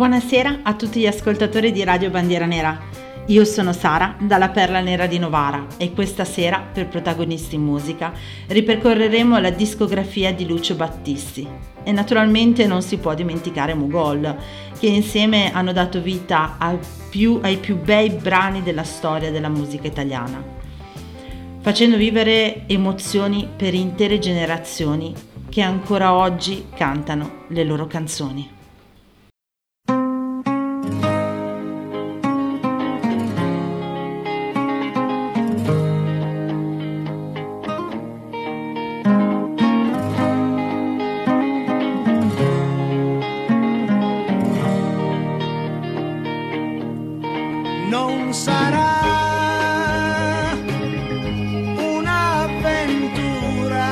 Buonasera a tutti gli ascoltatori di Radio Bandiera Nera. Io sono Sara dalla Perla Nera di Novara e questa sera per Protagonisti in Musica ripercorreremo la discografia di Lucio Battisti e naturalmente non si può dimenticare Mogol, che insieme hanno dato vita ai più bei brani della storia della musica italiana, facendo vivere emozioni per intere generazioni che ancora oggi cantano le loro canzoni. Non sarà un'avventura,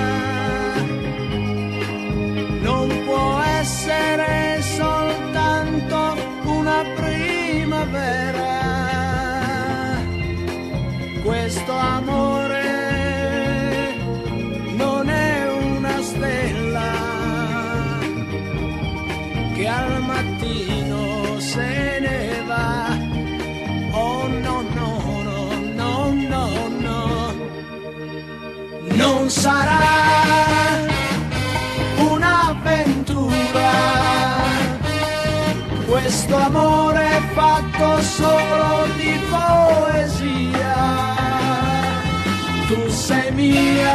non può essere soltanto una primavera. Questo amore non è una stella che al mattino se ne va. Oh no, no, no, no, no, no. Non sarà un'avventura, questo amore è fatto solo di poesia. Tu sei mia,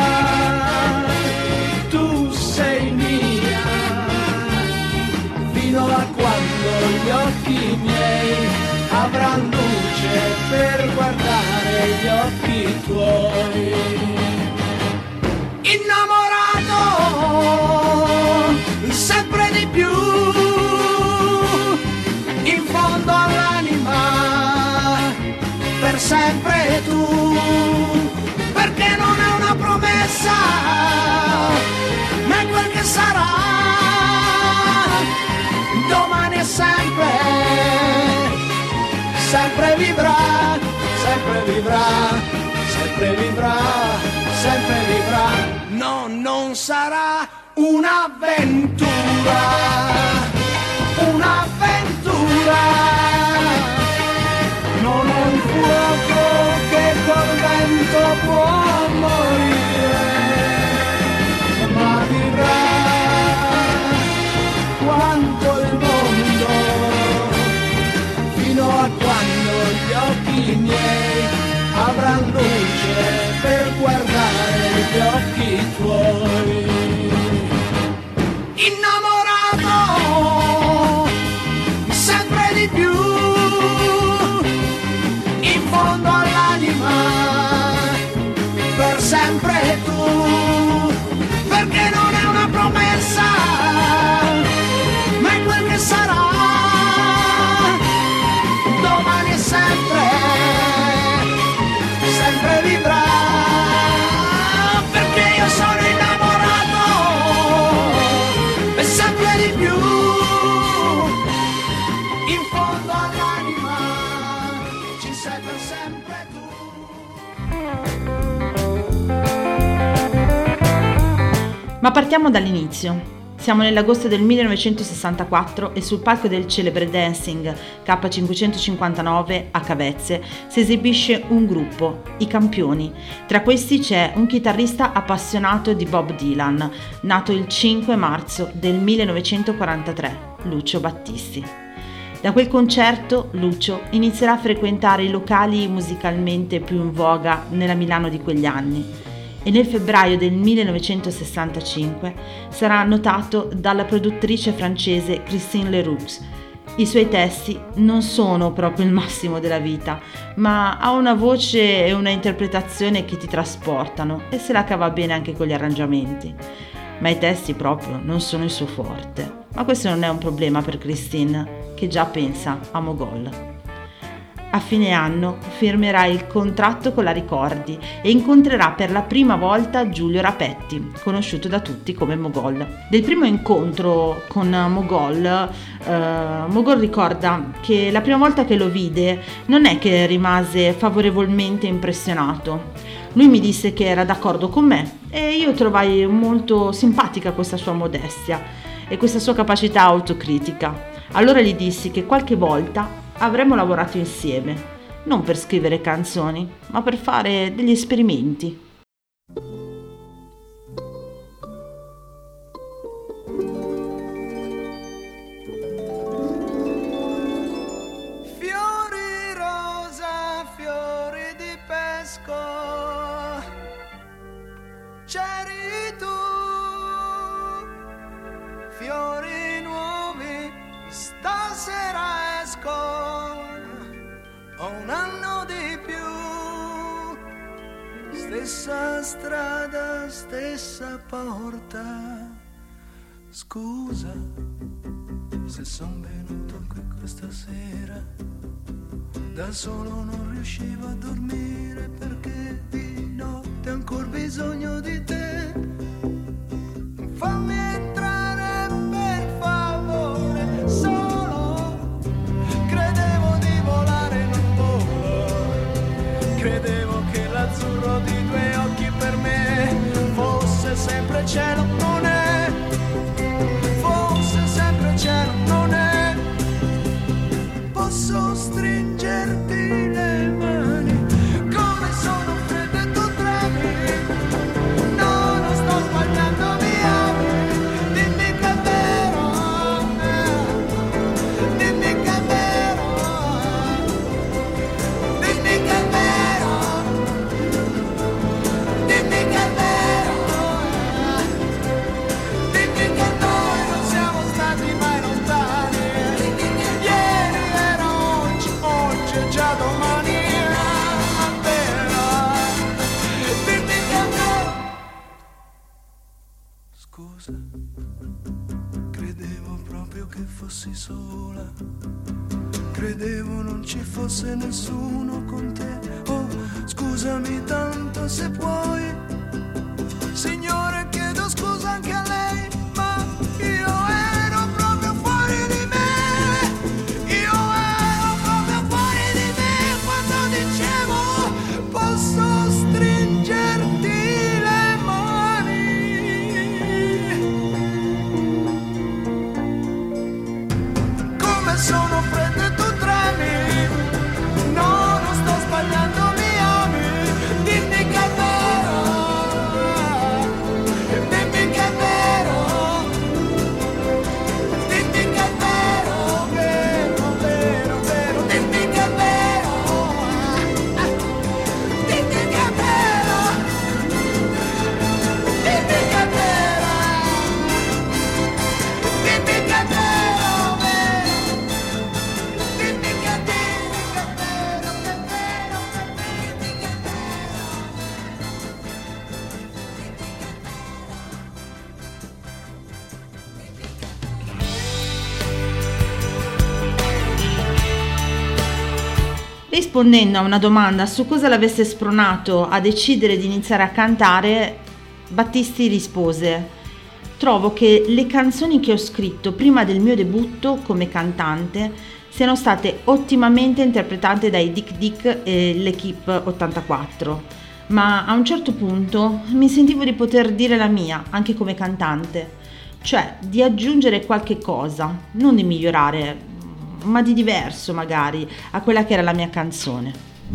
tu sei mia, fino a quando gli occhi miei avranno luce per guardare gli occhi tuoi. Innamorato sempre di più, in fondo all'anima, per sempre tu, perché non è una promessa, ma è quel che sarà, domani è sempre. Sempre vivrà, sempre vivrà, sempre vivrà, sempre vivrà. No, non sarà un'avventura, un'avventura. Non è un fuoco che col vento può morire, ma vivrà quanto il mondo, fino a quando gli occhi miei avranno luce per guardare gli occhi tuoi. Innamorato sempre di più, in fondo all'anima, per sempre tu, perché non è una promessa, ma è quel che sarà. Sempre, sempre vivrà, perché io sono innamorato e sempre di più, in fondo all'anima ci sei per sempre tu. Ma partiamo dall'inizio. Siamo nell'agosto del 1964 e sul palco del celebre Dancing K559 a Cavezze si esibisce un gruppo, i Campioni. Tra questi c'è un chitarrista appassionato di Bob Dylan, nato il 5 marzo del 1943, Lucio Battisti. Da quel concerto Lucio inizierà a frequentare i locali musicalmente più in voga nella Milano di quegli anni e nel febbraio del 1965 sarà notato dalla produttrice francese Christine Leroux. I suoi testi non sono proprio il massimo della vita, ma ha una voce e una interpretazione che ti trasportano e se la cava bene anche con gli arrangiamenti. Ma i testi proprio non sono il suo forte. Ma questo non è un problema per Christine, che già pensa a Mogol. A fine anno firmerà il contratto con la Ricordi e incontrerà per la prima volta Giulio Rapetti, conosciuto da tutti come Mogol. Del primo incontro con Mogol, Mogol ricorda che la prima volta che lo vide non è che rimase favorevolmente impressionato. Lui mi disse che era d'accordo con me e io trovai molto simpatica questa sua modestia e questa sua capacità autocritica. Allora gli dissi che qualche volta avremmo lavorato insieme, non per scrivere canzoni, ma per fare degli esperimenti. Fiori rosa, fiori di pesco, c'eri tu, fiori nuovi, stasera esco, ho un anno di più, stessa strada, stessa porta, scusa se son venuto qui questa sera, da solo non riuscivo a dormire perché di notte ho ancora bisogno di te. Fammi entrare per favore, solo credevo di volare in un volo, credevo che l'azzurro di tuoi occhi per me fosse sempre cielo, non è, fosse sempre cielo, non è, posso stringerti le mani, come sono fredde tu tremi, no, non sto sbagliando, mi ami, dimmi che è vero, dimmi che è vero, dimmi che è vero, dimmi che è vero, dimmi che noi non siamo stati mai lontani, ieri era oggi, oggi è già domani, è vero, dimmi che è vero. Scusa, credevo proprio che fossi sola, credevo non ci fosse nessuno con te, oh scusami tanto se puoi, signore chiedo scusa anche a lei, ma io ero proprio fuori di me, io ero proprio fuori di me quando dicevo posso stringerti le mani, come sono fredde tu tremi, no, non sto sbagliando, mi ami, dimmi che è vero, dimmi che è vero, dimmi che è vero, vero, vero, vero, dimmi che è vero, dimmi che è vero, dimmi che è vero, dimmi che è vero, dimmi che è vero, Rispondendo a una domanda su cosa l'avesse spronato a decidere di iniziare a cantare, Battisti rispose: trovo che le canzoni che ho scritto prima del mio debutto come cantante siano state ottimamente interpretate dai Dick Dick e l'Equipe 84, ma a un certo punto mi sentivo di poter dire la mia anche come cantante, cioè di aggiungere qualche cosa, non di migliorare, ma di diverso magari a quella che era la mia canzone.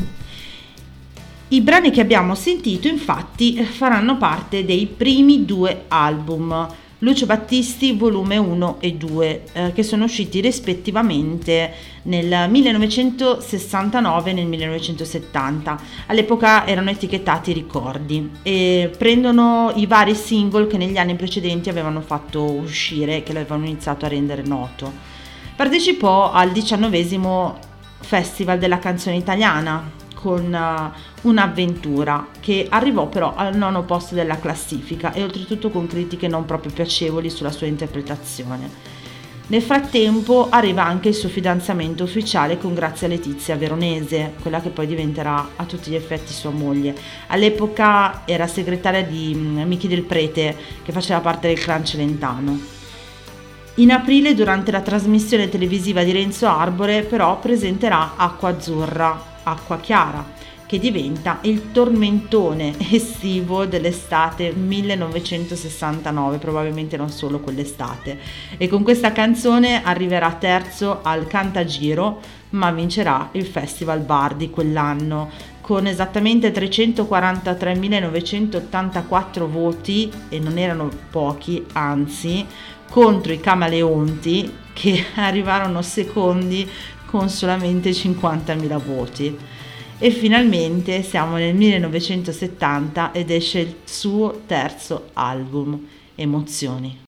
I brani che abbiamo sentito infatti faranno parte dei primi 2 album, Lucio Battisti volume 1 e 2, che sono usciti rispettivamente nel 1969 e nel 1970. All'epoca erano etichettati Ricordi e prendono i vari single che negli anni precedenti avevano fatto uscire, che l'avevano iniziato a rendere noto. Partecipò al 19° Festival della canzone italiana con Un'avventura, che arrivò però al 9° posto della classifica e oltretutto con critiche non proprio piacevoli sulla sua interpretazione. Nel frattempo arriva anche il suo fidanzamento ufficiale con Grazia Letizia Veronese, quella che poi diventerà a tutti gli effetti sua moglie. All'epoca era segretaria di Michi Del Prete, che faceva parte del clan Celentano. In aprile, durante la trasmissione televisiva di Renzo Arbore, però presenterà Acqua Azzurra, Acqua Chiara, che diventa il tormentone estivo dell'estate 1969, probabilmente non solo quell'estate, e con questa canzone arriverà terzo al Cantagiro, ma vincerà il Festival Bar di quell'anno con esattamente 343.984 voti, e non erano pochi, anzi, contro i Camaleonti che arrivarono secondi con solamente 50.000 voti. E finalmente siamo nel 1970 ed esce il suo terzo album, Emozioni.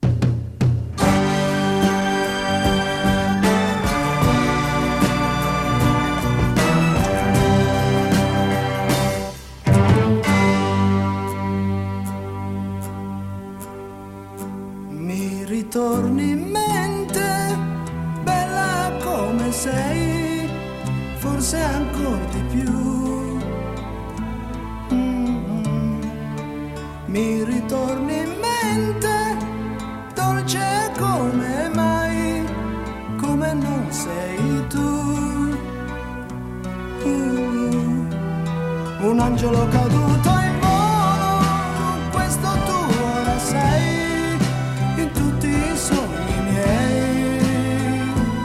Torni in mente, bella come sei, forse ancora di più. Mi ritorni in mente, dolce come mai, come non sei tu. Un angelo caduto in volo, questo tu ora sei. Sogni miei,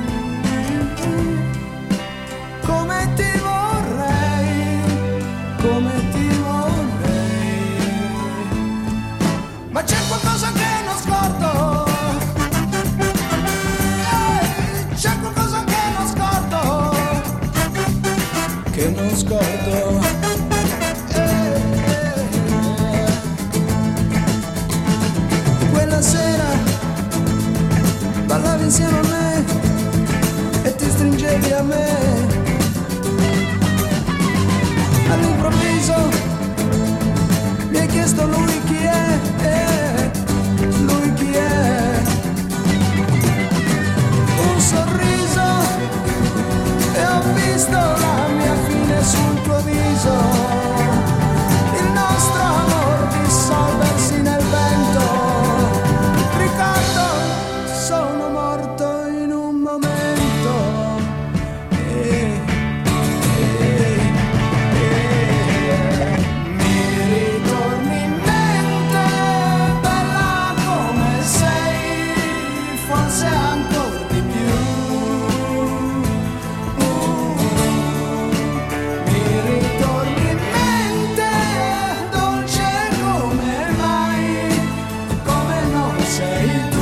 come ti vorrei, come ti vorrei, ma c'è qualcosa che non scordo, c'è qualcosa che non scordo, che non scordo. Quella sera ballavi insieme a me e ti stringevi a me. All'improvviso mi hai chiesto lui chi è, lui chi è. Un sorriso e ho visto la mia fine sul tuo viso. Il nostro amor dissolversi nel vento. Ricordo sono morto in un momento. Mi ritorni in mente, bella come sei, forse ancora di più. Mi ritorni in mente, dolce come mai, come non sei tu.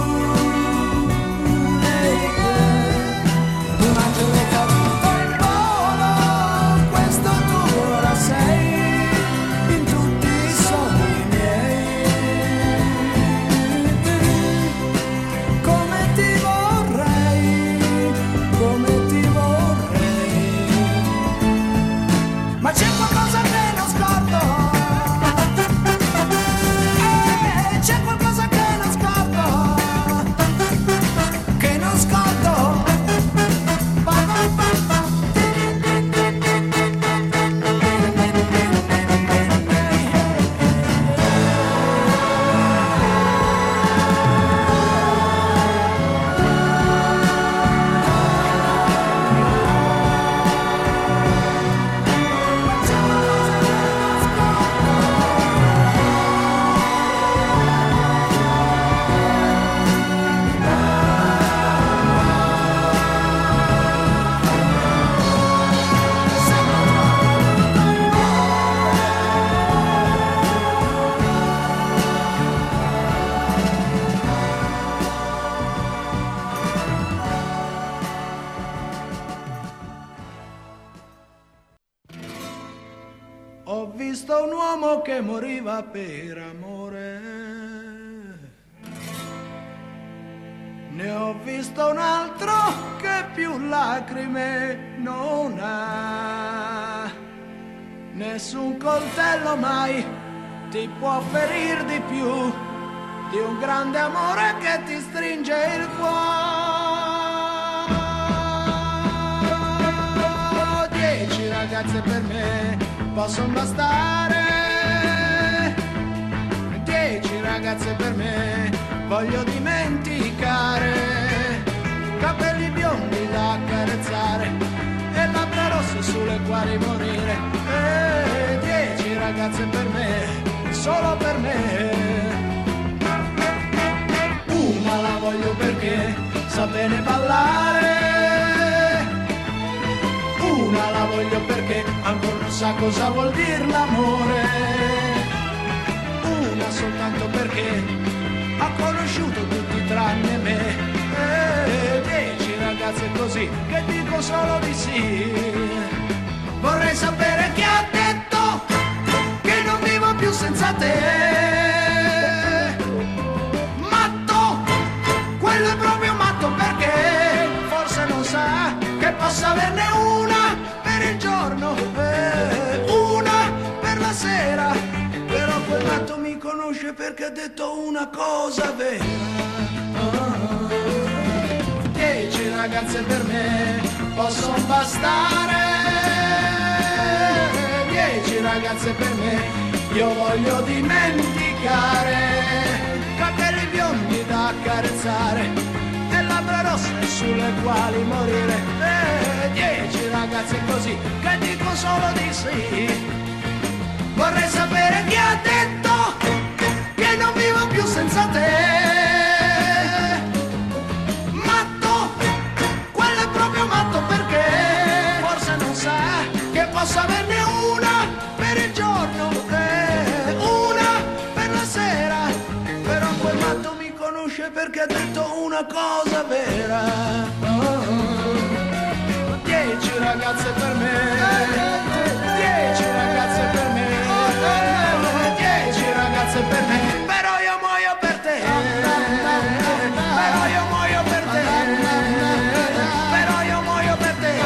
Ho visto un uomo che moriva per amore, ne ho visto un altro che più lacrime non ha. Nessun coltello mai ti può ferir di più di un grande amore che ti stringe il cuore. 10 ragazze per me possono bastare, 10 ragazze per me voglio dimenticare, capelli biondi da accarezzare e labbra rosse sulle quali morire. solo per me. Una la voglio perché sa bene ballare, una la voglio perché ancora non sa cosa vuol dire l'amore, una soltanto perché ha conosciuto tutti tranne me. 10 ragazze così che dico solo di sì. Vorrei sapere chi ha detto che non vivo più senza te. Matto, quello è proprio matto perché forse non sa che possa averne una per il giorno, una per la sera. Però quel matto mi conosce perché ha detto una cosa vera. 10 ragazze per me possono bastare, 10 ragazze per me io voglio dimenticare, capelli biondi da accarezzare e labbra rosse sulle quali morire. 10 ragazze così che dico solo di sì. Vorrei sapere chi ha detto che non vivo più senza te. Posso averne una per il giorno, una per la sera. Però quel matto mi conosce perché ha detto una cosa vera. 10 ragazze per me, 10 ragazze per me, 10 ragazze per me. Però io muoio per te, però io muoio per te, però io muoio per te.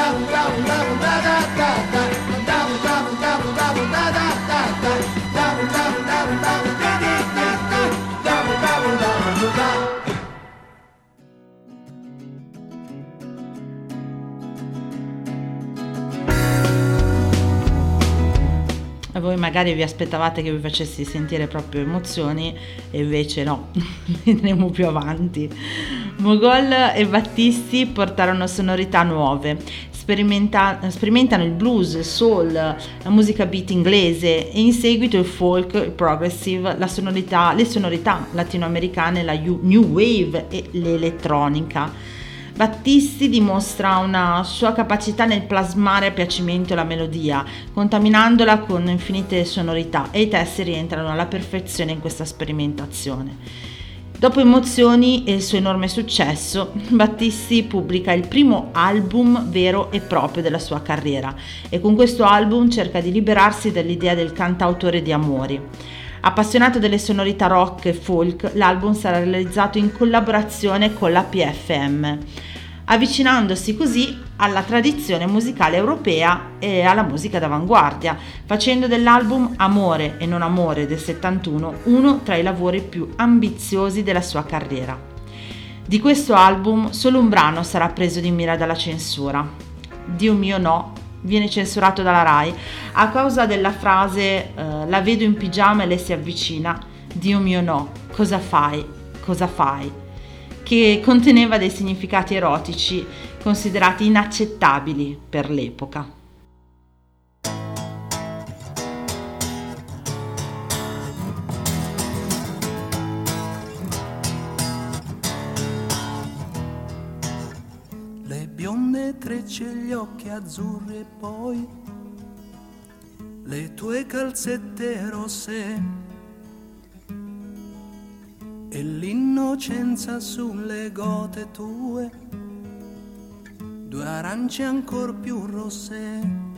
E voi magari vi aspettavate che vi facessi sentire proprio emozioni e invece no, vedremo più avanti. Mogol e Battisti portarono sonorità nuove, sperimentano il blues, il soul, la musica beat inglese e in seguito il folk, il progressive, le sonorità latinoamericane, la new wave e l'elettronica. Battisti dimostra una sua capacità nel plasmare a piacimento la melodia, contaminandola con infinite sonorità, e i testi rientrano alla perfezione in questa sperimentazione. Dopo Emozioni e il suo enorme successo, Battisti pubblica il primo album vero e proprio della sua carriera e con questo album cerca di liberarsi dall'idea del cantautore di amori. Appassionato delle sonorità rock e folk, l'album sarà realizzato in collaborazione con la PFM, avvicinandosi così alla tradizione musicale europea e alla musica d'avanguardia, facendo dell'album Amore e non amore del 71 uno tra i lavori più ambiziosi della sua carriera. Di questo album solo un brano sarà preso di mira dalla censura. Dio mio no, viene censurato dalla Rai a causa della frase la vedo in pigiama e lei si avvicina, Dio mio no, cosa fai, cosa fai, che conteneva dei significati erotici considerati inaccettabili per l'epoca. Le bionde trecce, gli occhi azzurri e poi le tue calzette rosse e l'innocenza sulle gote tue, 2 arance ancor più rosse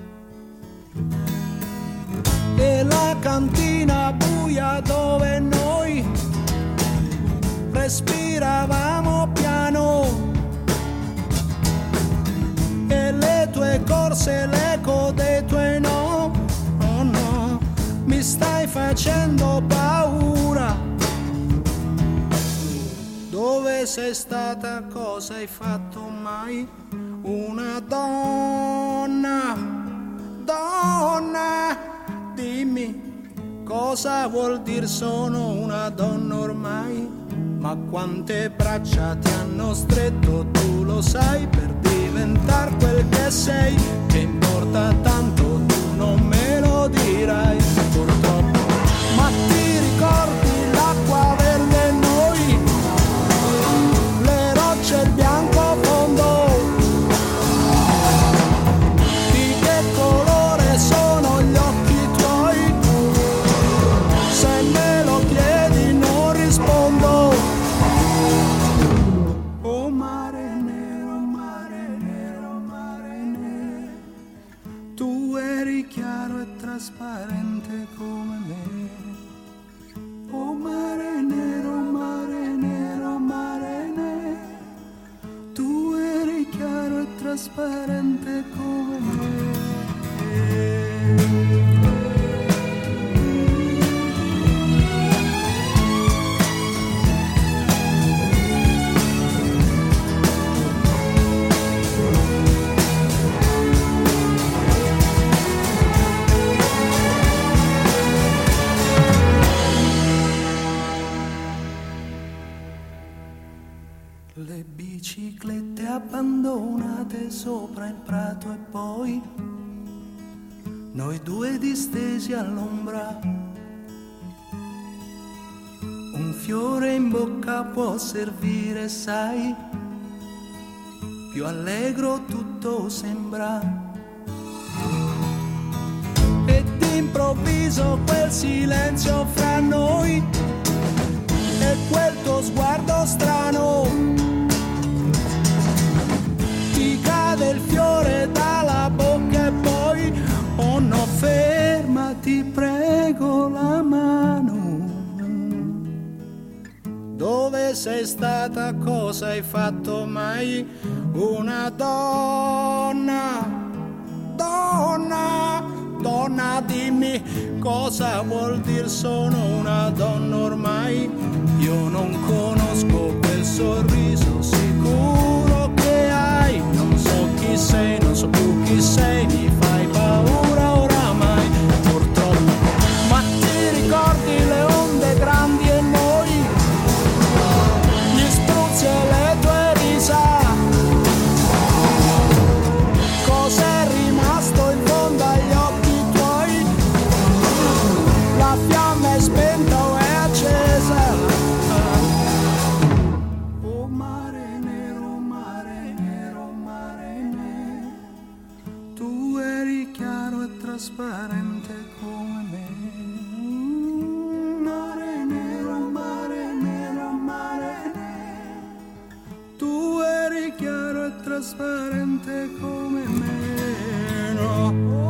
e la cantina buia dove noi respiravamo piano e le tue corse, l'eco dei tuoi no, oh no, mi stai facendo paura. Dove sei stata, cosa hai fatto mai? Una donna, donna, dimmi cosa vuol dire sono una donna ormai? Ma quante braccia ti hanno stretto, tu lo sai, per diventar quel che sei. Che importa tanto, tu non me lo dirai, purtroppo. Ma Le biciclette abbandonate sopra il prato e poi noi due distesi all'ombra. Un fiore in bocca può servire, sai, più allegro tutto sembra. E d'improvviso quel silenzio fra noi e quel tuo sguardo strano. Ti cade il fiore dalla bocca e poi, oh no, fermati, prego, la mano. Dove sei stata, cosa hai fatto mai? Una donna, donna, donna, dimmi cosa vuol dire sono una donna ormai. Io non conosco quel sorriso sicuro che hai. Non so chi sei, non so più chi sei, mi fai paura oramai, purtroppo. Ma ti ricordi le onde grandi e noi, gli spruzzi e le tue risa? Cos'è rimasto in fondo agli occhi tuoi? La fiamma è spenta o è accesa? Oh mare nero, mare nero, mare nero, tu eri chiaro e trasparente come me. Mare nero, mare nero, mare nero, tu eri chiaro e trasparente come me. No.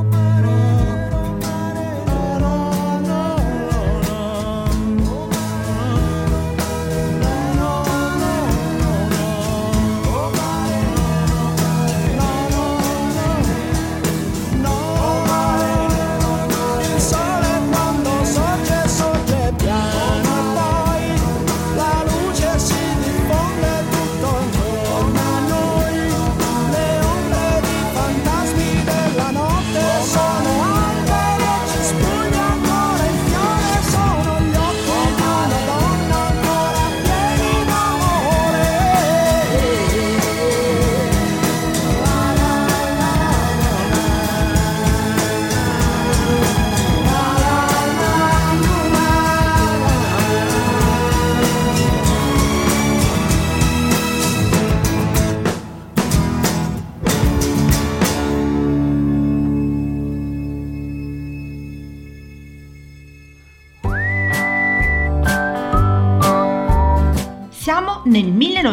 Siamo nel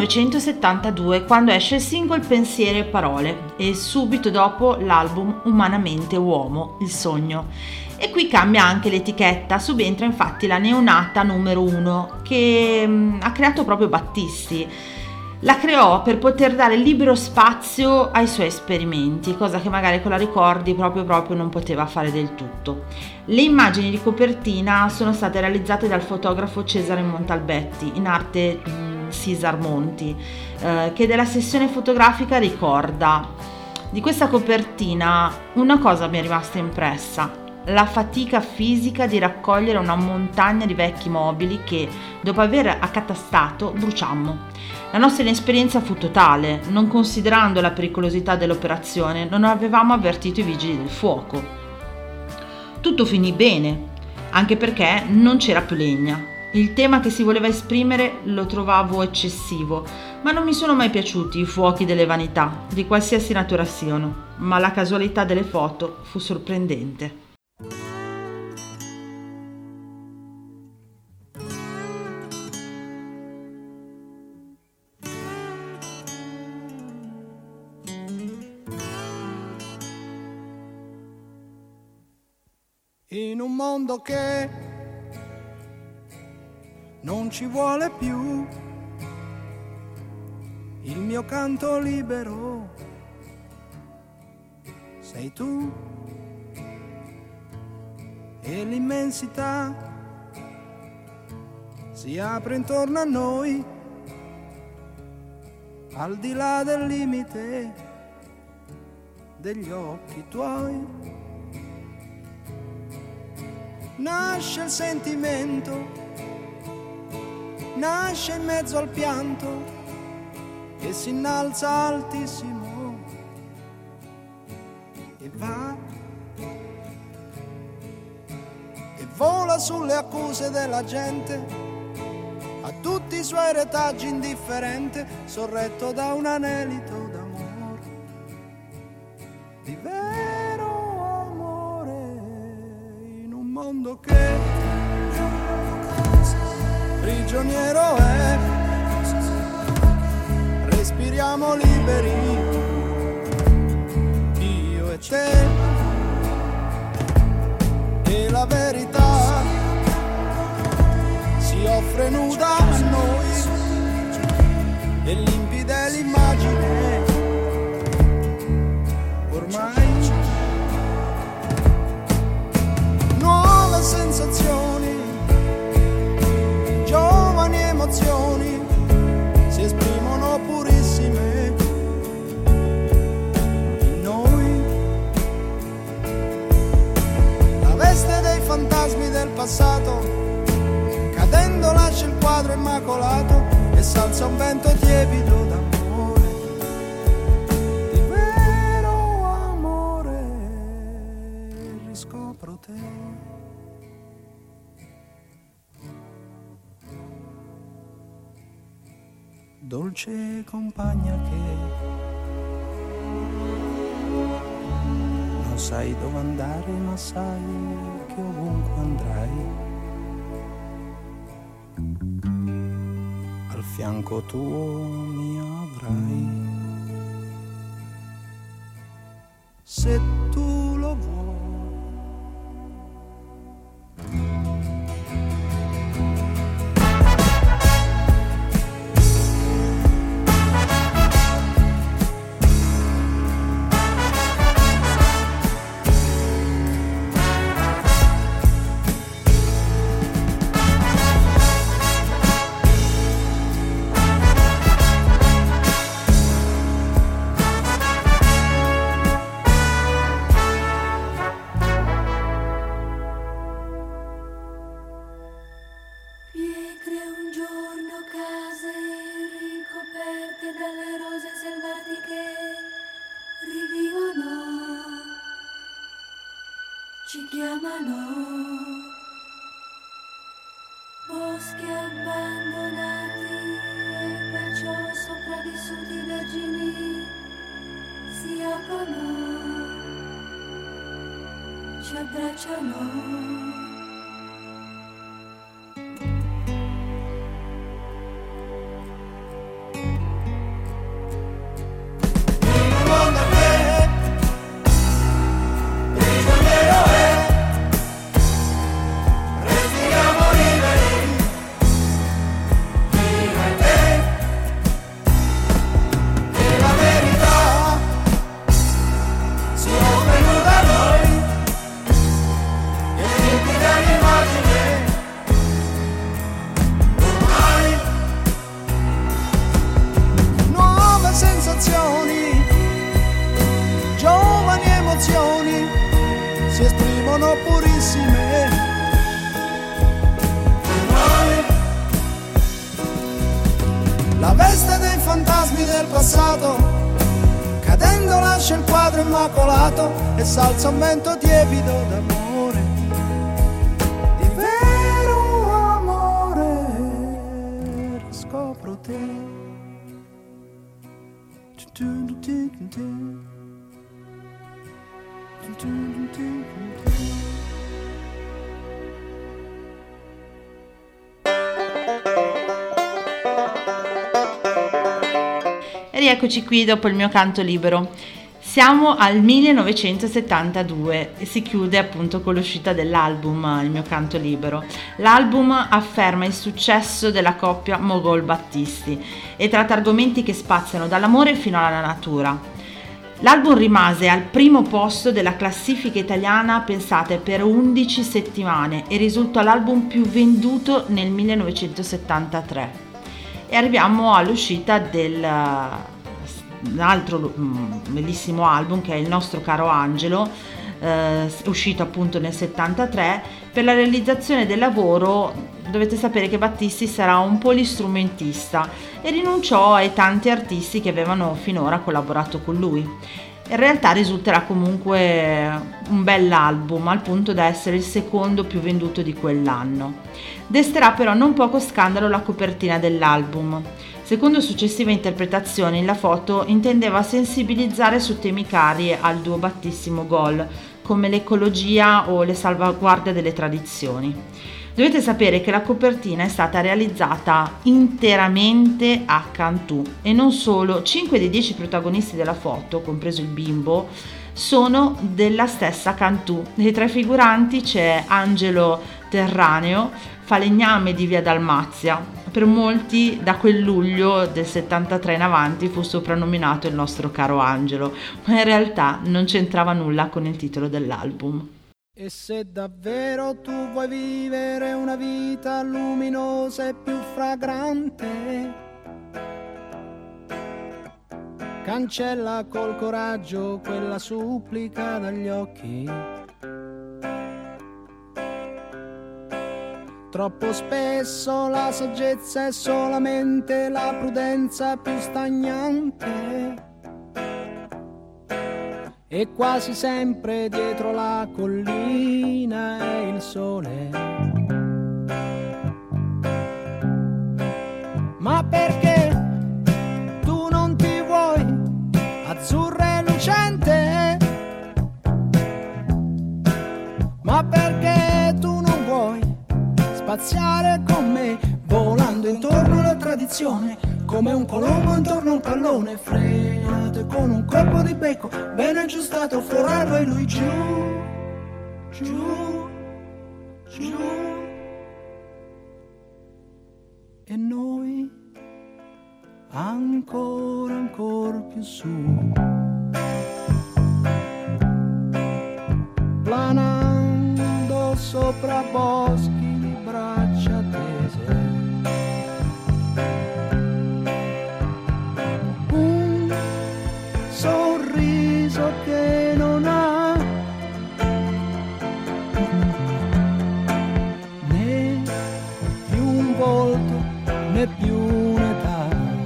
1972 quando esce il singolo Pensieri e Parole e subito dopo l'album Umanamente Uomo, il sogno. E qui cambia anche l'etichetta, subentra infatti la neonata numero 1 che ha creato proprio Battisti. La creò per poter dare libero spazio ai suoi esperimenti, cosa che magari con la Ricordi proprio non poteva fare del tutto. Le immagini di copertina sono state realizzate dal fotografo Cesare Montalbetti, in arte Cesar Monti, che della sessione fotografica ricorda. Di questa copertina una cosa mi è rimasta impressa: la fatica fisica di raccogliere una montagna di vecchi mobili che, dopo aver accatastato, bruciammo. La nostra inesperienza fu totale, non considerando la pericolosità dell'operazione, non avevamo avvertito i vigili del fuoco. Tutto finì bene, anche perché non c'era più legna. Il tema che si voleva esprimere lo trovavo eccessivo, ma non mi sono mai piaciuti i fuochi delle vanità, di qualsiasi natura siano, ma la casualità delle foto fu sorprendente. In un mondo che non ci vuole più il mio canto libero, sei tu e l'immensità si apre intorno a noi, al di là del limite degli occhi tuoi. Nasce il sentimento, nasce in mezzo al pianto, che si innalza altissimo e va e vola sulle accuse della gente, a tutti i suoi retaggi indifferente, sorretto da un anelito d'amore, di vero amore, in un mondo che prigioniero è. Respiriamo liberi, io e te, e la verità si offre nuda a noi, e limpida è l'immagine, ormai. Nuove sensazioni, giovani emozioni si esprimono purissime in noi. La veste dei fantasmi del passato, cadendo lascia il quadro immacolato e s'alza un vento tiepido d'amore, di vero amore, riscopro te. Dolce compagna che non sai dove andare, ma sai che ovunque andrai, al fianco tuo mi avrai, se tu lo vuoi. Ci chiamano boschi abbandonati e perciò sopravvissuti vergini si aprono, ci abbracciano. Giovani emozioni si esprimono purissime. La veste dei fantasmi del passato, cadendo lascia il quadro immacolato e s'alza un vento tiepido d'amore, di vero amore, riscopro te. E rieccoci qui dopo il mio canto libero. Siamo al 1972 e si chiude appunto con l'uscita dell'album Il mio canto libero. L'album afferma il successo della coppia Mogol-Battisti e tratta argomenti che spaziano dall'amore fino alla natura. L'album rimase al primo posto della classifica italiana, pensate, per 11 settimane e risultò l'album più venduto nel 1973. E arriviamo all'uscita del un altro bellissimo album che è Il nostro caro Angelo, uscito appunto nel 73, per la realizzazione del lavoro dovete sapere che Battisti sarà un polistrumentista e rinunciò ai tanti artisti che avevano finora collaborato con lui. In realtà risulterà comunque un bell'album, al punto da essere il secondo più venduto di quell'anno. Desterà però non poco scandalo la copertina dell'album. Secondo successive interpretazioni, la foto intendeva sensibilizzare su temi cari al duo Battisti-Mogol, come l'ecologia o le salvaguardie delle tradizioni. Dovete sapere che la copertina è stata realizzata interamente a Cantù e non solo, 5 dei 10 protagonisti della foto, compreso il bimbo, sono della stessa Cantù e tra i figuranti c'è Angelo Terraneo, falegname di via Dalmazia. Per molti da quel luglio del 73 in avanti fu soprannominato il nostro caro Angelo, ma in realtà non c'entrava nulla con il titolo dell'album. E se davvero tu vuoi vivere una vita luminosa e più fragrante, cancella col coraggio quella supplica dagli occhi. Troppo spesso la saggezza è solamente la prudenza più stagnante. E quasi sempre dietro la collina è il sole. Ma perché tu non ti vuoi azzurra e lucente? Ma perché tu non vuoi spaziare con me, volando intorno alla tradizione, come un colombo intorno a un pallone, frenato con un colpo di becco ben aggiustato, forarlo e lui giù, giù, giù. E noi ancora più su, planando sopra boschi di braccia tese. Sorriso che non ha né più un volto né più un'età.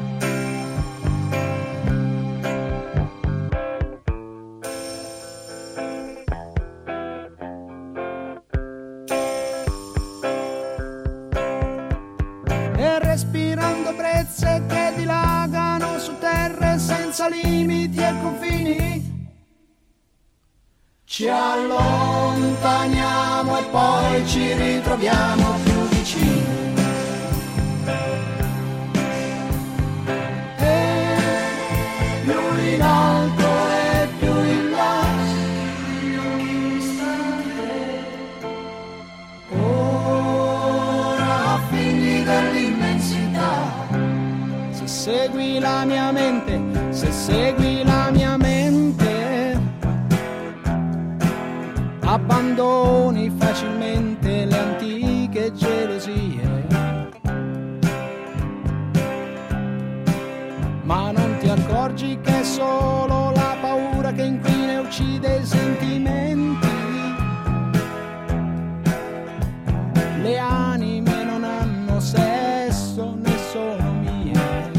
E respirando brezze che dilagano su terre senza limiti e confini, ci allontaniamo e poi ci ritroviamo più vicini. E più in alto e più in là, ora figli dell'immensità. Se segui la mia mente, se segui la mia mente, abbandoni facilmente le antiche gelosie. Ma non ti accorgi che è solo la paura che inquina e uccide i sentimenti. Le anime non hanno sesso né sono mie.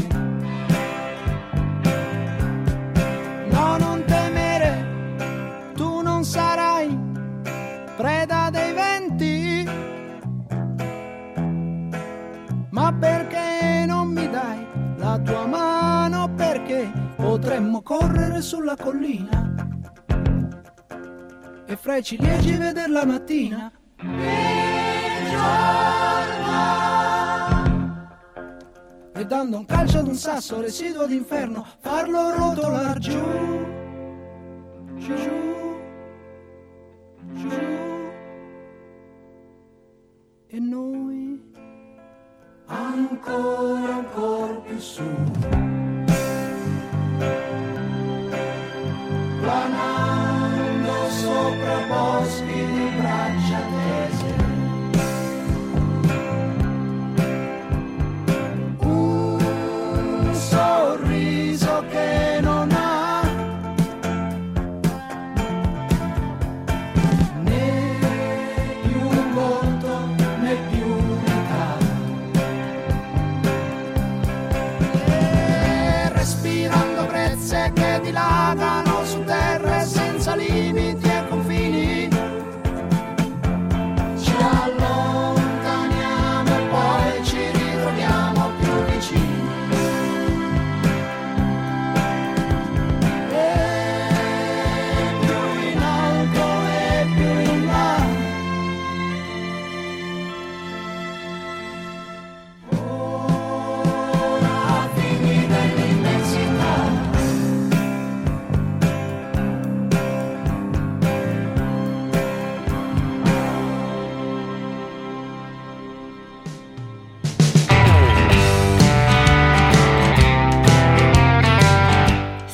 No, non temere, tu non sarai preda dei venti. Ma perché non mi dai la tua mano? Perché potremmo correre sulla collina e fra i ciliegi vedere la mattina e dando un calcio ad un sasso residuo d'inferno farlo rotolar giù, giù, giù. E noi ancora più su, planando sopra boschi di braccia tese. Un sorriso che non ha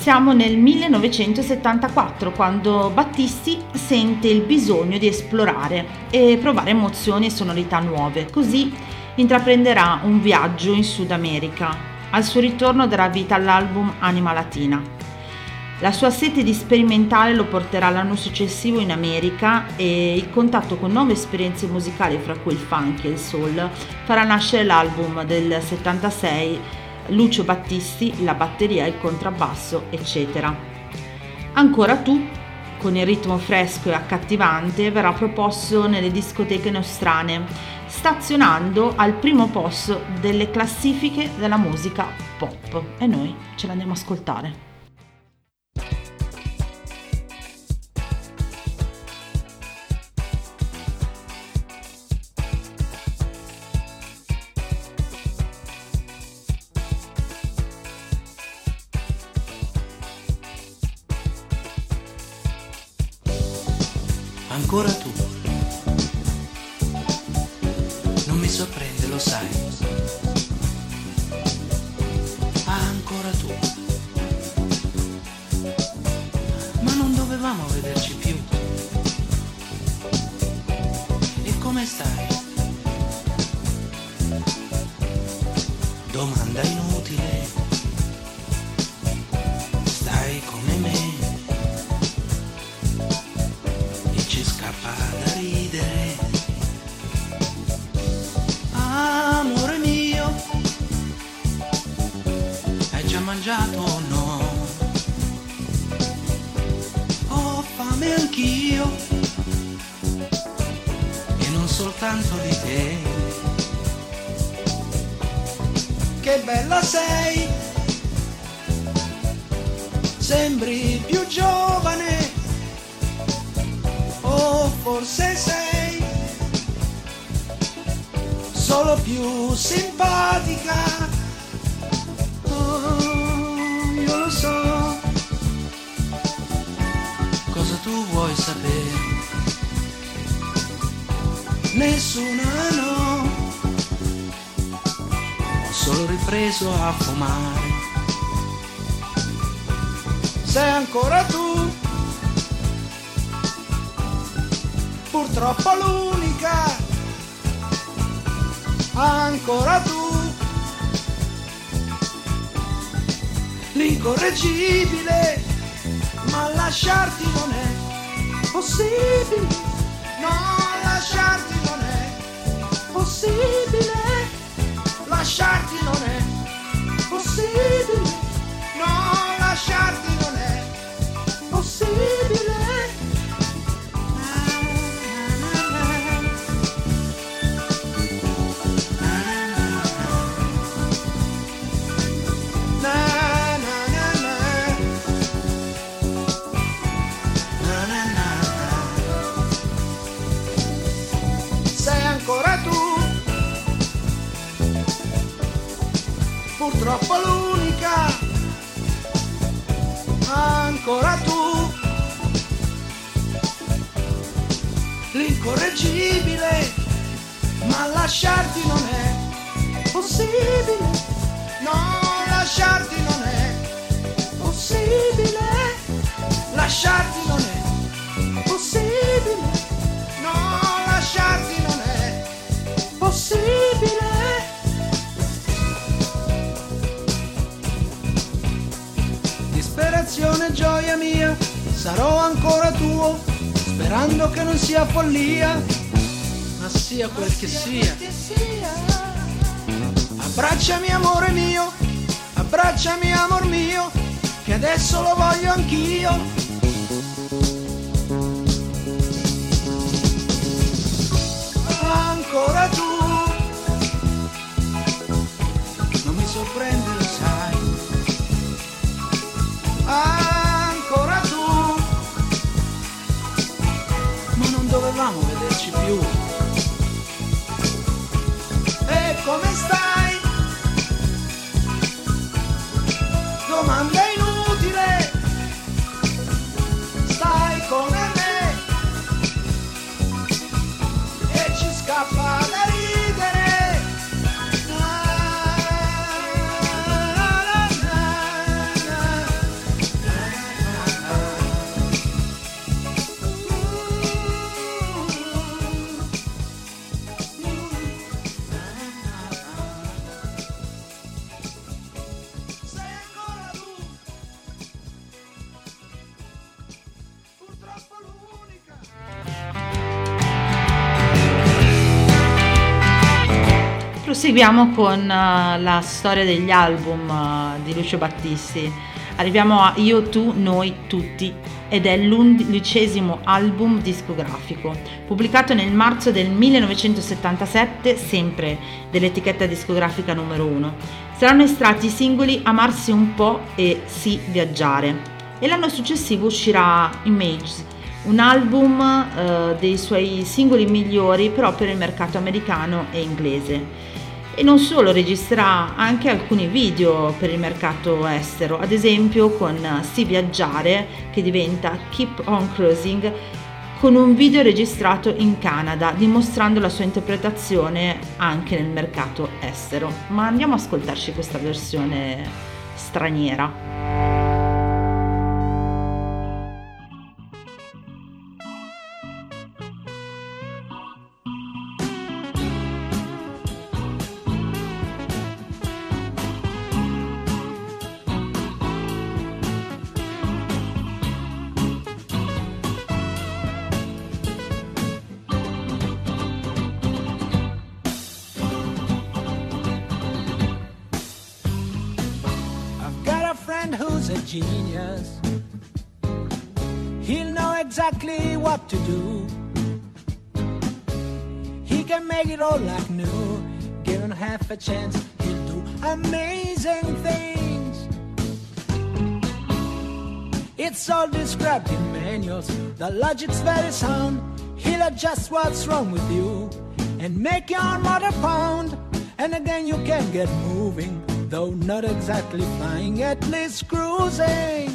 Siamo nel 1974, quando Battisti sente il bisogno di esplorare e provare emozioni e sonorità nuove. Così intraprenderà un viaggio in Sud America. Al suo ritorno darà vita all'album Anima Latina. La sua sete di sperimentare lo porterà l'anno successivo in America e il contatto con nuove esperienze musicali, fra cui il funk e il soul, farà nascere l'album del 76, Lucio Battisti, la batteria, il contrabbasso, eccetera. Ancora tu, con il ritmo fresco e accattivante, verrà proposto nelle discoteche nostrane, stazionando al primo posto delle classifiche della musica pop. E noi ce l'andiamo a ascoltare. Ancora tu, non mi sorprende, lo sai. Ancora tu, ma non dovevamo vederci più. E come stai? Domanda inutile. Stai come me? Da ridere. Amore mio, hai già mangiato o no? Ho fame anch'io e non soltanto di te. Che bella sei, sembri più giovane, o forse sei solo più simpatica. Oh, io lo so cosa tu vuoi sapere. Nessuna no, ho solo ripreso a fumare. Sei ancora tu, purtroppo l'unica, ancora tu, l'incorreggibile, ma lasciarti non è possibile, no, lasciarti non è possibile, lasciarti non è possibile, no, lasciarti non è possibile. Purtroppo l'unica, ancora tu, l'incorreggibile, ma lasciarti non è possibile, no, lasciarti non è possibile, lasciarti non è possibile, no, lasciarti non è possibile. Disperazione, gioia mia, sarò ancora tuo, sperando che non sia follia, ma sia quel che sia. Abbracciami amore mio, abbracciami amor mio, che adesso lo voglio anch'io. Ancora tu, non mi sorprende, lo sai. Ancora tu, ma non dovevamo vederci più. E come stai? Domanda inutile. Stai come me e ci scappa da ridere. Proseguiamo con la storia degli album di Lucio Battisti. Arriviamo a Io, tu, noi, tutti ed è l'11° album discografico, pubblicato nel marzo del 1977, sempre dell'etichetta discografica numero 1. Saranno estratti i singoli Amarsi un po' e Sì viaggiare, e l'anno successivo uscirà Images, un album dei suoi singoli migliori però per il mercato americano e inglese. E non solo, registrerà anche alcuni video per il mercato estero, ad esempio con Sì viaggiare, che diventa Keep on Cruising, con un video registrato in Canada, dimostrando la sua interpretazione anche nel mercato estero. Ma andiamo ad ascoltarci questa versione straniera. Who's a genius? He'll know exactly what to do. He can make it all like new. Given half a chance, he'll do amazing things. It's all described in manuals. The logic's very sound. He'll adjust what's wrong with you and make your motor pound. And again you can get moving, though not exactly flying, at least cruising.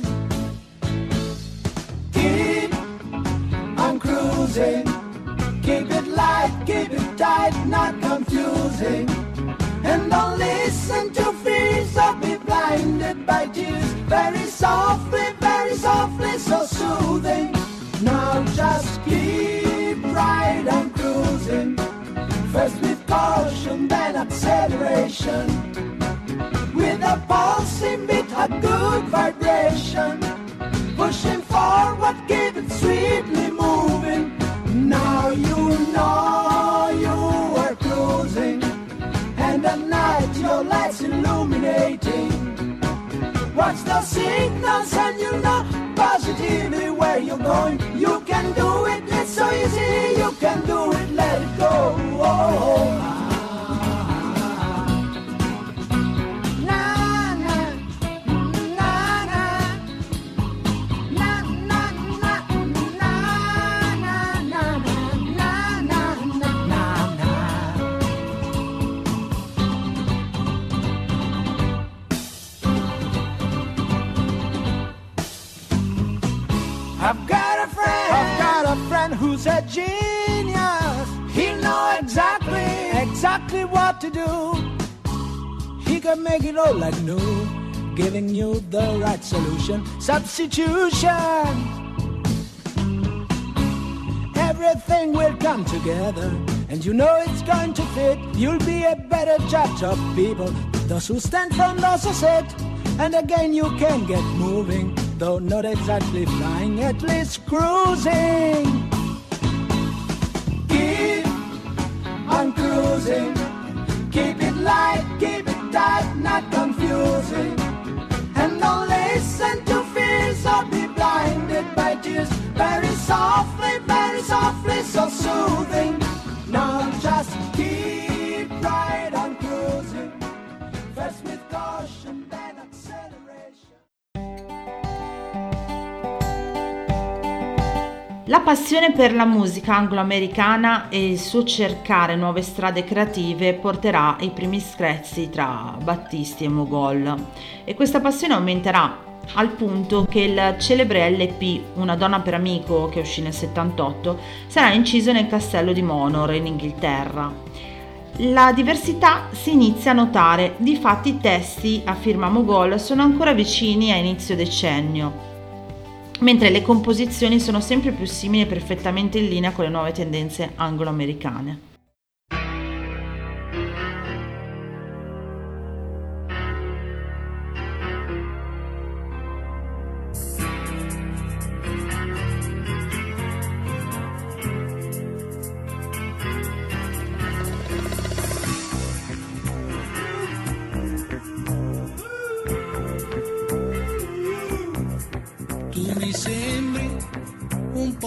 Keep on cruising. Keep it light, keep it tight, not confusing. And don't listen to fears or be blinded by tears. Very softly, so soothing. Now just keep right on cruising. First with caution, then acceleration. With a pulsing beat, a good vibration. Pushing forward, keep it sweetly moving. Now you know you are cruising. And at night your lights illuminating. Watch the signals and you know positively where you're going. You can do it, it's so easy. You can do it, let it go. Oh. I've got a friend who's a genius. He knows exactly what to do. He can make it all like new, giving you the right solution. Substitution. Everything will come together, and you know it's going to fit. You'll be a better judge of people, those who stand from those who sit. And again you can get moving, though not exactly flying, at least cruising. Keep on cruising. Keep it light, keep it tight, not confusing. And don't listen to fears or be blinded by tears. Very softly, so soothing. Now just keep right on cruising. First with caution, then acceleration. La passione per la musica anglo-americana e il suo cercare nuove strade creative porterà ai primi screzi tra Battisti e Mogol, e questa passione aumenterà al punto che il celebre LP Una donna per amico, che uscì nel 78, sarà inciso nel castello di Monor in Inghilterra. La diversità si inizia a notare, difatti i testi a firma Mogol sono ancora vicini a inizio decennio, mentre le composizioni sono sempre più simili e perfettamente in linea con le nuove tendenze anglo-americane.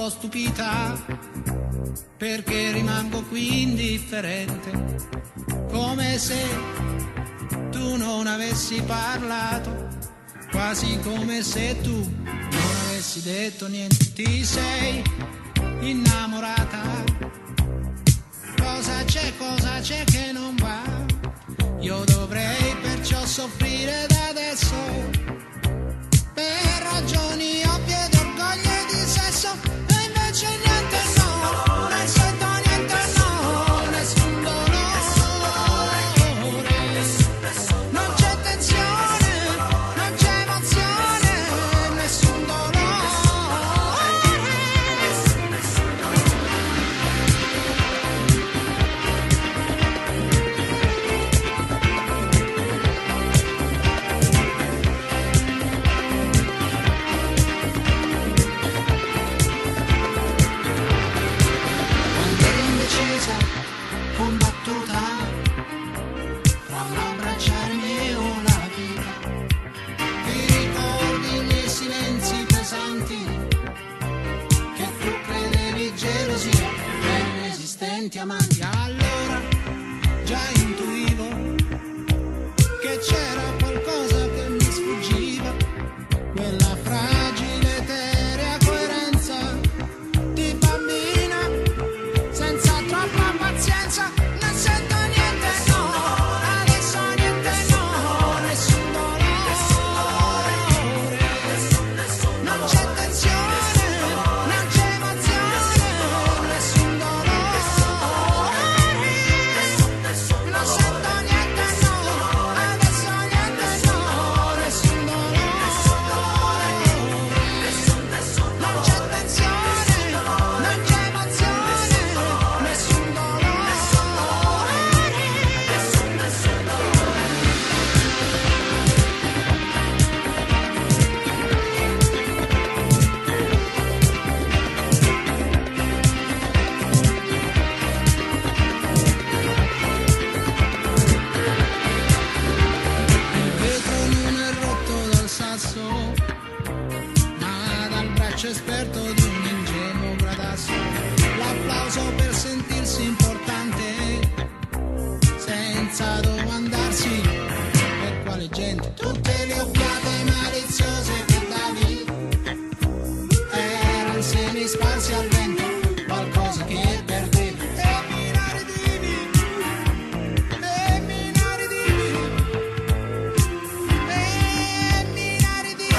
po' stupita, perché rimango qui indifferente, come se tu non avessi parlato, quasi come se tu non avessi detto niente. Ti sei innamorata, cosa c'è che non va? Io dovrei perciò soffrire da adesso, per ragioni ovvie d'orgoglio e di sesso, e invece niente, no, non sento niente, no, nessun dolore, non c'è tensione, non c'è emozione, nessun dolore. Combattuta tra l'abbracciarmi o la vita, ti ricordi i miei silenzi pesanti che tu credevi gelosia per inesistenti amanti. Allora già intuivo che c'era qualcosa che mi sfuggiva, quella fragile eterea coerenza di bambina senza troppa pazienza. Non sento niente, no, adesso niente, no, nessun dolore, non c'è tensione, non c'è emozione, nessun dolore, non sento niente, no, adesso niente, no, nessun dolore, non c'è tensione, non c'è emozione, nessun dolore. Il vetro non è rotto dal sasso, ma dal braccio esperto di un ingenuo gradasso. L'applauso per sentirsi importante, senza domandarsi per quale gente. Tutte le occhiate maliziose che davi erano semi sparsi al vento, qualcosa che perdevi. E mi inaridivi, e mi inaridivi, e mi inaridivi.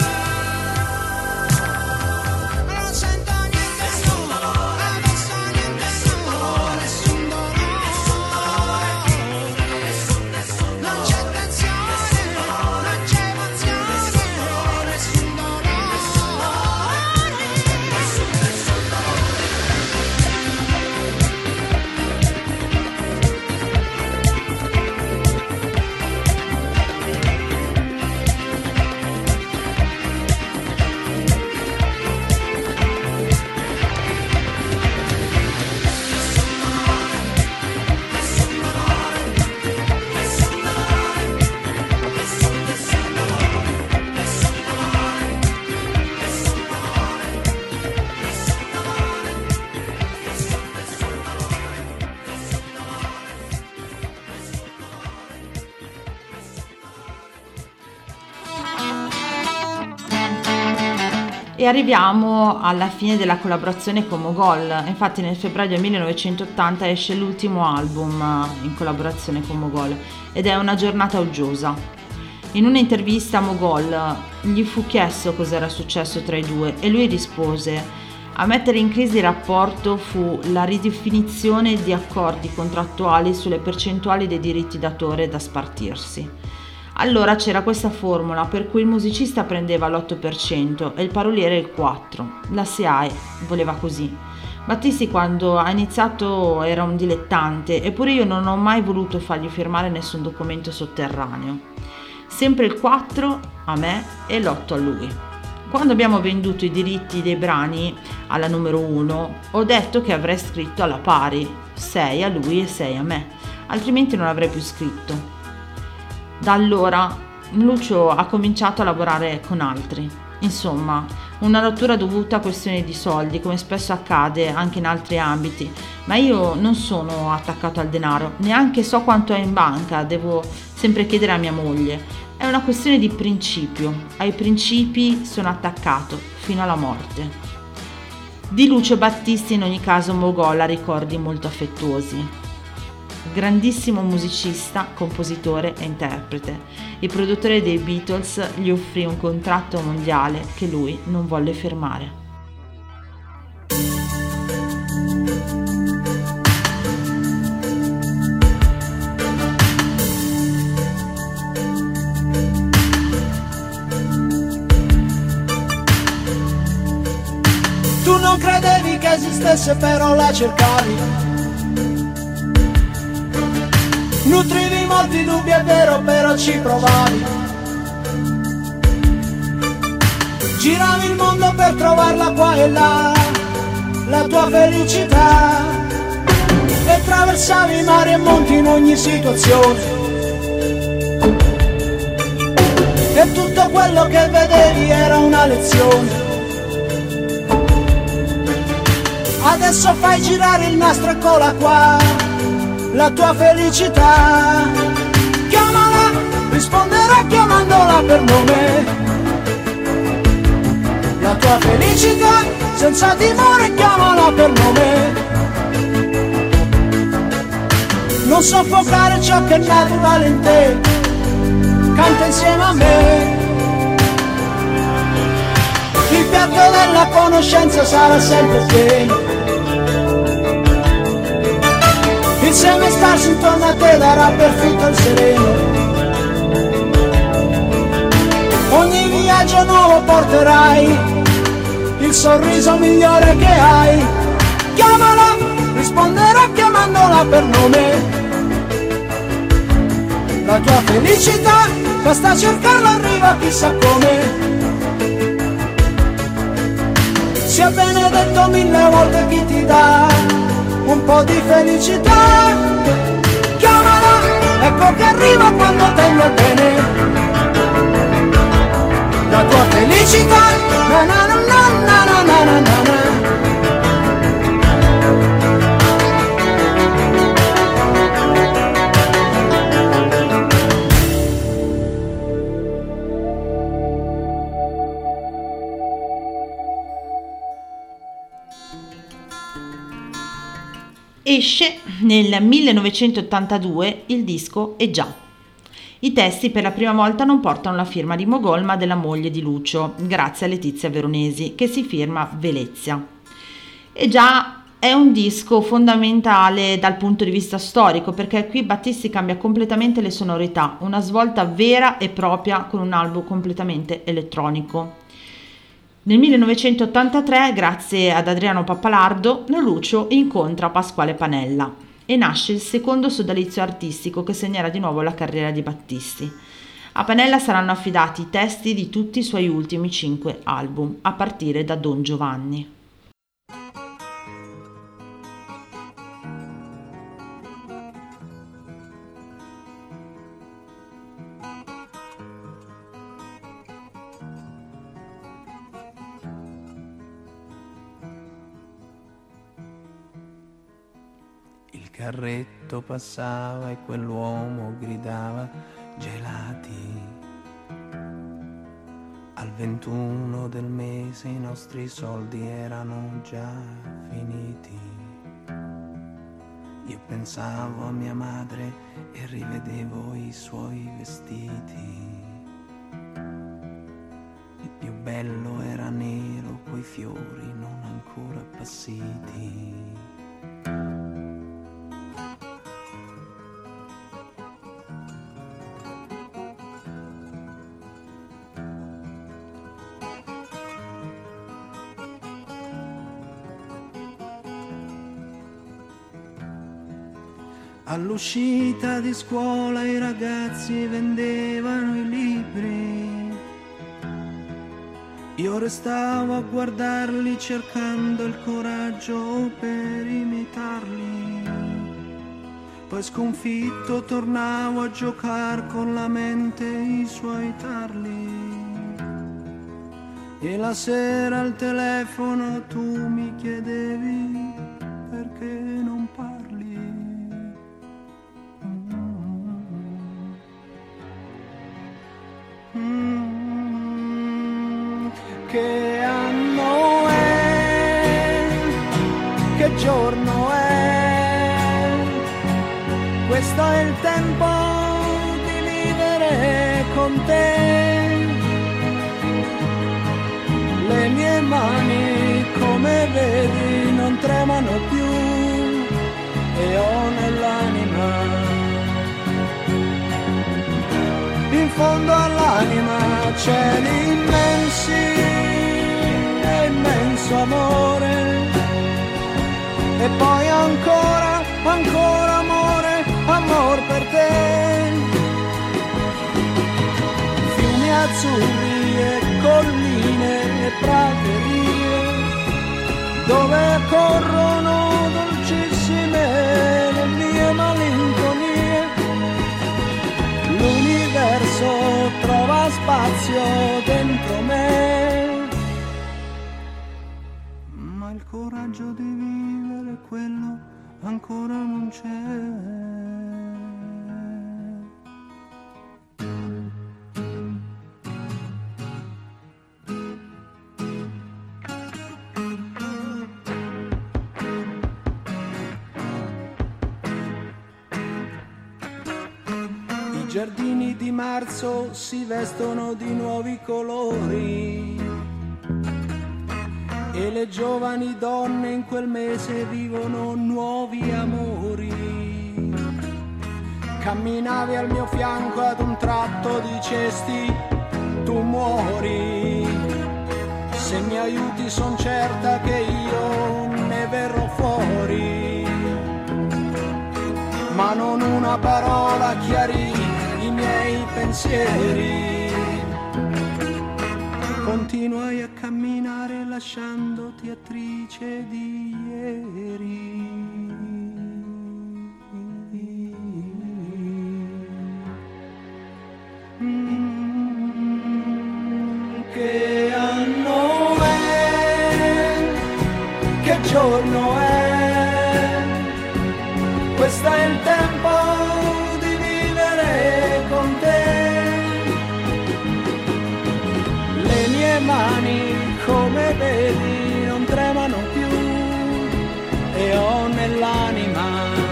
Non sento niente, no, adesso niente, no, nessun dolore, non c'è tensione, non c'è emozione, nessun dolore. E arriviamo alla fine della collaborazione con Mogol. Infatti nel febbraio 1980 esce l'ultimo album in collaborazione con Mogol ed è Una giornata uggiosa. In un'intervista a Mogol gli fu chiesto cos'era successo tra i due e lui rispose: a mettere in crisi il rapporto fu la ridefinizione di accordi contrattuali sulle percentuali dei diritti d'autore da spartirsi. Allora c'era questa formula per cui il musicista prendeva l'8% e il paroliere il 4%. La SIAE voleva così. Battisti quando ha iniziato era un dilettante, eppure io non ho mai voluto fargli firmare nessun documento sotterraneo. Sempre il 4 a me e l'8 a lui. Quando abbiamo venduto i diritti dei brani alla numero 1, ho detto che avrei scritto alla pari, 6 a lui e 6 a me, altrimenti non avrei più scritto. Da allora Lucio ha cominciato a lavorare con altri. Insomma, una rottura dovuta a questioni di soldi, come spesso accade anche in altri ambiti, ma io non sono attaccato al denaro, neanche so quanto è in banca, devo sempre chiedere a mia moglie. È una questione di principio, ai principi sono attaccato fino alla morte. Di Lucio Battisti in ogni caso Mogol ha ricordi molto affettuosi. Grandissimo musicista, compositore e interprete. Il produttore dei Beatles gli offrì un contratto mondiale che lui non volle firmare. Tu non credevi che esistesse, però la cercavi. Nutrivi molti dubbi, è vero, però ci provavi. Giravi il mondo per trovarla qua e là, la tua felicità. E attraversavi mari e monti in ogni situazione. E tutto quello che vedevi era una lezione. Adesso fai girare il nastro, eccola qua, la tua felicità. Chiamala, risponderà chiamandola per nome. La tua felicità, senza timore, chiamala per nome. Non soffocare ciò che è naturale in te, canta insieme a me. Il piatto della conoscenza sarà sempre pieno. Il seme sparso intorno a te darà perfitto il sereno. Ogni viaggio nuovo porterai il sorriso migliore che hai. Chiamala, risponderà chiamandola per nome. La tua felicità, basta cercarla, arriva chissà come. Sia benedetto 1000 volte chi ti dà un po' di felicità. Chiamala, ecco che arriva quando tenga bene. La tua felicità, na na na na na na na na na. Esce nel 1982 il disco E già. I testi per la prima volta non portano la firma di Mogol ma della moglie di Lucio, grazie a Letizia Veronesi, che si firma Velezia. E già è un disco fondamentale dal punto di vista storico, perché qui Battisti cambia completamente le sonorità, una svolta vera e propria con un album completamente elettronico. Nel 1983, grazie ad Adriano Pappalardo, Lucio incontra Pasquale Panella e nasce il secondo sodalizio artistico che segnerà di nuovo la carriera di Battisti. A Panella saranno affidati i testi di tutti i suoi ultimi 5 album, a partire da Don Giovanni. Il carretto passava e quell'uomo gridava gelati. Al 21 del mese i nostri soldi erano già finiti. Io pensavo a mia madre e rivedevo i suoi vestiti. Il più bello era nero coi fiori non ancora appassiti. All'uscita di scuola i ragazzi vendevano i libri. Io restavo a guardarli cercando il coraggio per imitarli. Poi sconfitto tornavo a giocare con la mente i suoi tarli. E la sera al telefono tu mi chiedevi perché non parli. Che anno è? Che giorno è? Questo è il tempo di vivere con te. Le mie mani, come vedi, non tremano più e ho nell'anima, in fondo all'anima, cieli immensi e immenso amore. E poi ancora, ancora amore, amor per te. Fiumi azzurri e colline e praterie, dove corrono dolcissime le mie malinconie. L'universo trova spazio dentro me, ma il coraggio di vivere quello ancora non c'è. I giardini di marzo si vestono di nuovi colori e le giovani donne in quel mese vivono nuovi amori. Camminavi al mio fianco, ad un tratto dicesti tu muori. Se mi aiuti son certa che io ne verrò fuori. Ma non una parola chiarì i miei pensieri. Continuai a camminare lasciandoti attrice di ieri. Che anno è? Che giorno è? Questo è il tempo di vivere con te. Le mie mani, come vedi, non tremano più e ho nell'anima,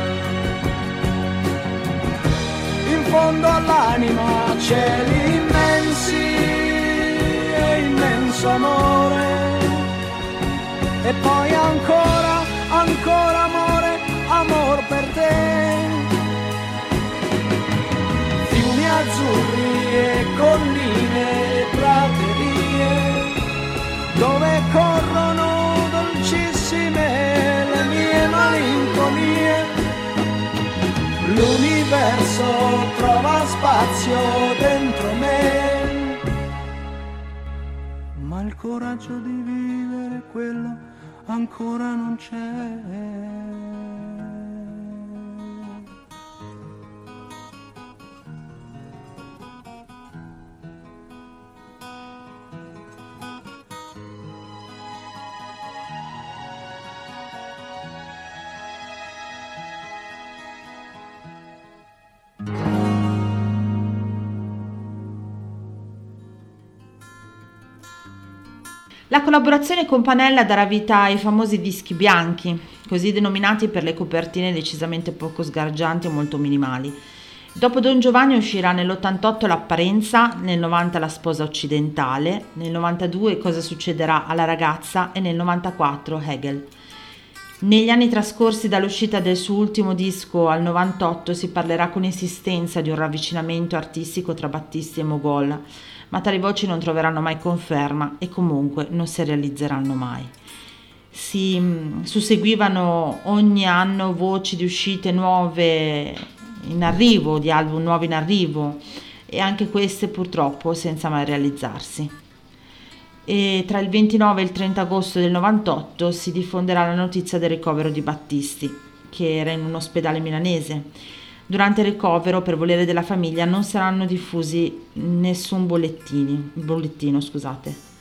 in fondo all'anima, cieli immensi e immenso amore. E poi ancora, ancora amore, amor per te. Fiumi azzurri e colline e praterie, dove corrono dolcissime le mie malinconie. L'universo trova spazio dentro me, ma il coraggio di vivere quello ancora non c'è. La collaborazione con Panella darà vita ai famosi dischi bianchi, così denominati per le copertine decisamente poco sgargianti e molto minimali. Dopo Don Giovanni uscirà nell'88 L'apparenza, nel 90 La sposa occidentale, nel 92 Cosa succederà alla ragazza e nel 94 Hegel. Negli anni trascorsi dall'uscita del suo ultimo disco al 98 si parlerà con insistenza di un ravvicinamento artistico tra Battisti e Mogol, ma tali voci non troveranno mai conferma e comunque non si realizzeranno mai. Si susseguivano ogni anno voci di uscite nuove in arrivo, di album nuovi in arrivo, e anche queste purtroppo senza mai realizzarsi. E tra il 29 e il 30 agosto del 98 si diffonderà la notizia del ricovero di Battisti, che era in un ospedale milanese. Durante il ricovero, per volere della famiglia, non saranno diffusi nessun bollettino.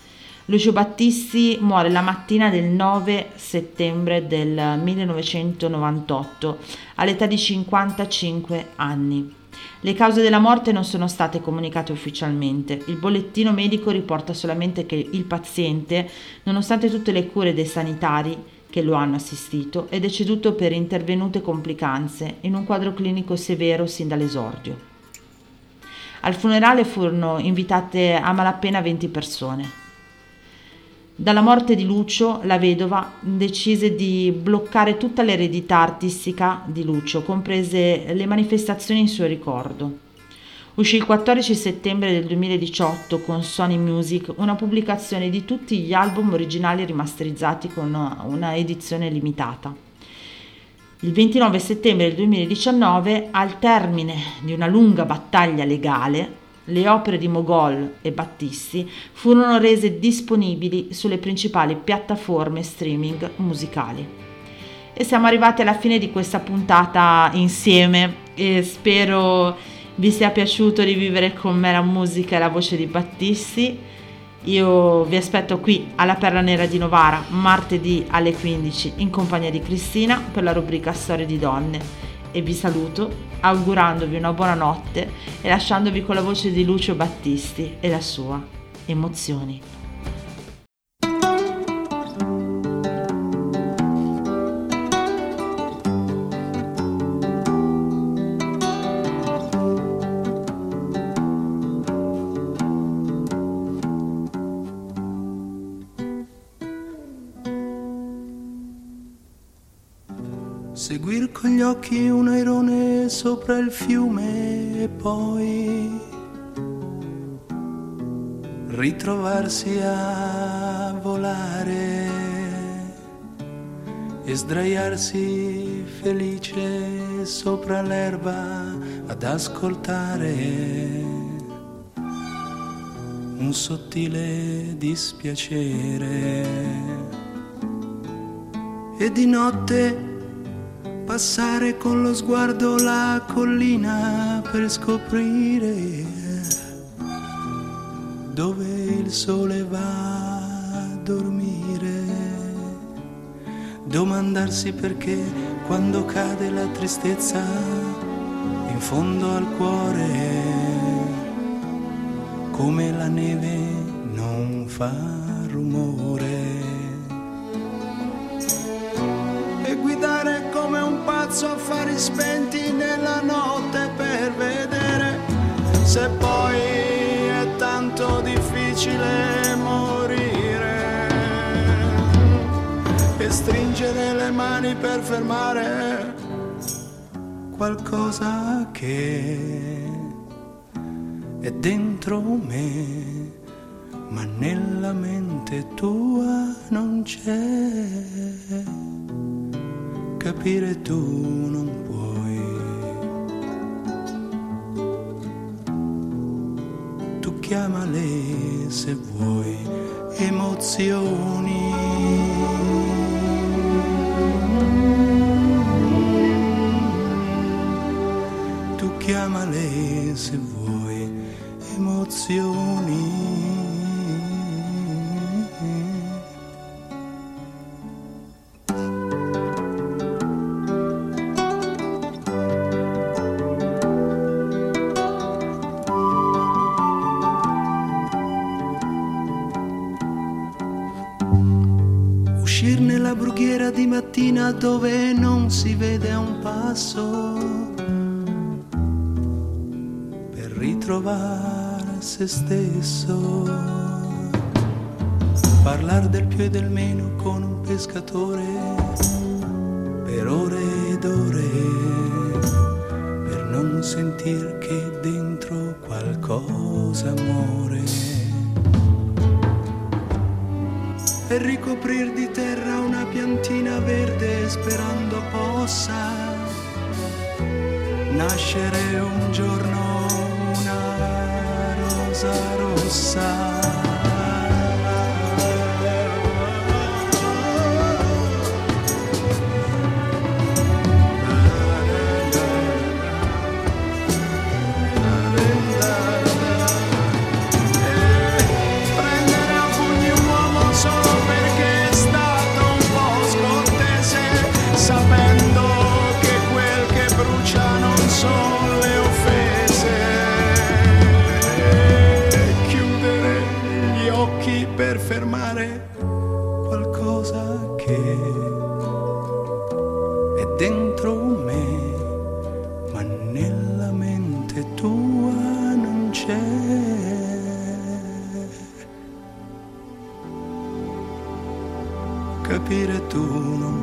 Lucio Battisti muore la mattina del 9 settembre del 1998 all'età di 55 anni. Le cause della morte non sono state comunicate ufficialmente. Il bollettino medico riporta solamente che il paziente, nonostante tutte le cure dei sanitari che lo hanno assistito, è deceduto per intervenute complicanze in un quadro clinico severo sin dall'esordio. Al funerale furono invitate a malapena 20 persone. Dalla morte di Lucio, la vedova decise di bloccare tutta l'eredità artistica di Lucio, comprese le manifestazioni in suo ricordo. Uscì il 14 settembre del 2018 con Sony Music una pubblicazione di tutti gli album originali rimasterizzati con una edizione limitata. Il 29 settembre del 2019, al termine di una lunga battaglia legale, le opere di Mogol e Battisti furono rese disponibili sulle principali piattaforme streaming musicali. E siamo arrivati alla fine di questa puntata insieme e spero vi sia piaciuto rivivere con me la musica e la voce di Battisti. Io vi aspetto qui alla Perla Nera di Novara martedì alle 15 in compagnia di Cristina per la rubrica Storie di Donne. E vi saluto augurandovi una buona notte e lasciandovi con la voce di Lucio Battisti e la sua Emozioni. Seguir con gli occhi un airone sopra il fiume e poi ritrovarsi a volare e sdraiarsi felice sopra l'erba ad ascoltare un sottile dispiacere. E di notte passare con lo sguardo la collina per scoprire dove il sole va a dormire. Domandarsi perché quando cade la tristezza in fondo al cuore, come la neve non fa rumore. E guidare come un pazzo a fari spenti nella notte per vedere se poi è tanto difficile morire, e stringere le mani per fermare qualcosa che è dentro me, ma nella mente tua non c'è. Capire tu non puoi. Tu chiamale se vuoi emozioni. Tu chiamale se vuoi emozioni. Uscir nella brughiera di mattina dove non si vede a un passo, per ritrovare se stesso, parlar del più e del meno con un pescatore per ore ed ore, per non sentir che dentro qualcosa muore. E ricoprir di terra una piantina verde sperando possa nascere un giorno una rosa rossa. Prendere a pugni un uomo capire tu non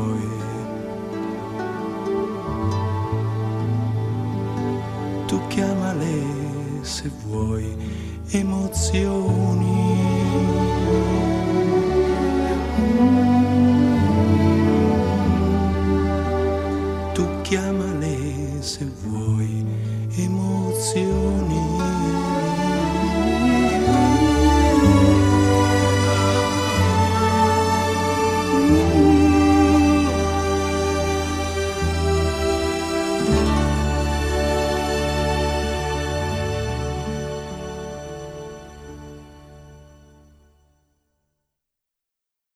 puoi. Tu chiamale se vuoi emozioni. Tu chiamale se vuoi emozioni.